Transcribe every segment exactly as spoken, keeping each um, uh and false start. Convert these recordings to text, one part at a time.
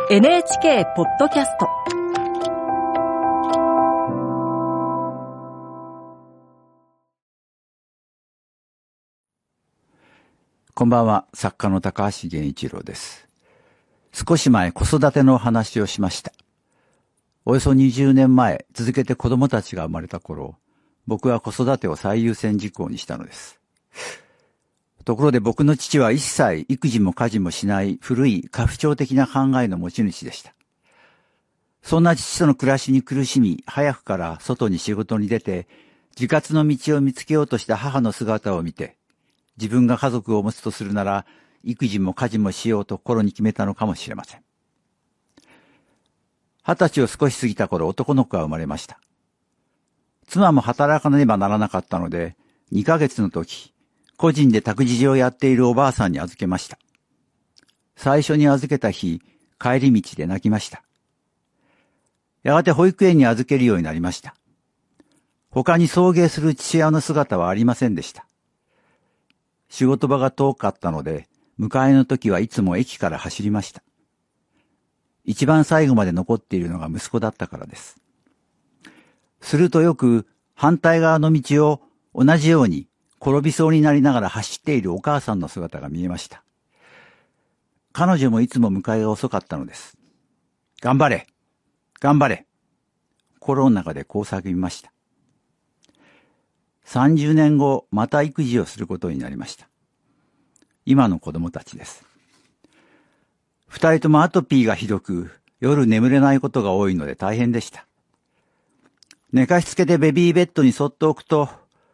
エヌエイチケー ポッドキャストこんばんは、作家の高橋源一郎です。少し前、子育ての話をしました。およそにじゅうねんまえ、続けて子供たちが生まれた頃、僕は子育てを最優先事項にしたのです。ところで僕の父は一切育児も家事もしない古い家父長的な考えの持ち主でした。そんな父との暮らしに苦しみ、早くから外に仕事に出て、自活の道を見つけようとした母の姿を見て、自分が家族を持つとするなら、育児も家事もしようと心に決めたのかもしれません。二十歳を少し過ぎた頃、男の子が生まれました。妻も働かねばならなかったので、にかげつの時、個人で託児所をやっているおばあさんに預けました。最初に預けた日、帰り道で泣きました。やがて保育園に預けるようになりました。他に送迎する父親の姿はありませんでした。仕事場が遠かったので、迎えの時はいつも駅から走りました。一番最後まで残っているのが息子だったからです。するとよく反対側の道を同じように転びそうになりながら走っているお母さんの姿が見えました。彼女もいつも迎えが遅かったのです。頑張れ頑張れ心の中でこう叫びました。さんじゅうねんご、また育児をすることになりました。今の子供たちです。二人ともアトピーがひどく、夜眠れないことが多いので大変でした。寝かしつけてベビーベッドにそっと置くと、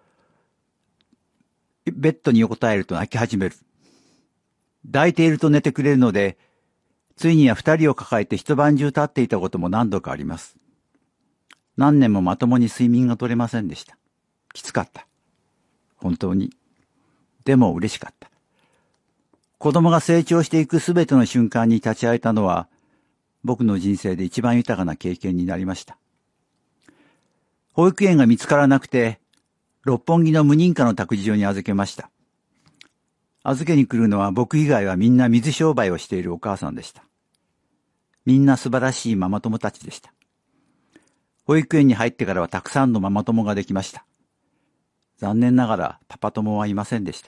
ベッドに横たえると泣き始める。抱いていると寝てくれるので、ついには二人を抱えて一晩中立っていたことも何度かあります。何年もまともに睡眠が取れませんでした。きつかった。本当に。でも嬉しかった。子供が成長していくすべての瞬間に立ち会えたのは、僕の人生で一番豊かな経験になりました。保育園が見つからなくて、六本木の無認可の託児所に預けました。預けに来るのは僕以外はみんな水商売をしているお母さんでした。みんな素晴らしいママ友たちでした。保育園に入ってからはたくさんのママ友ができました。残念ながらパパ友はいませんでした。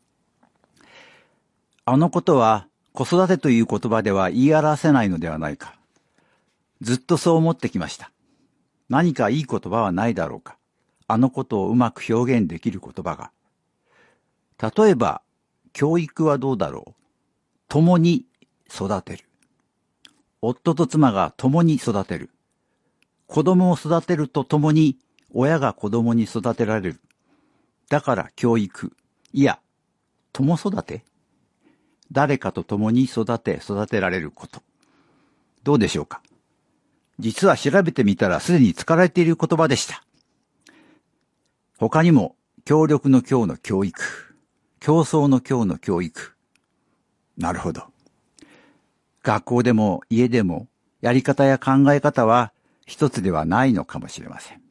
あのことは子育てという言葉では言い表せないのではないか。ずっとそう思ってきました。何かいい言葉はないだろうか。あのことをうまく表現できる言葉が。例えば、教育はどうだろう。共に育てる。夫と妻が共に育てる。子供を育てると共に親が子供に育てられる。だから教育。いや、共育て。誰かと共に育て、育てられること。どうでしょうか。実は調べてみたらすでに使われている言葉でした。他にも、協力の協の教育、競争の協の教育。なるほど。学校でも家でもやり方や考え方は一つではないのかもしれません。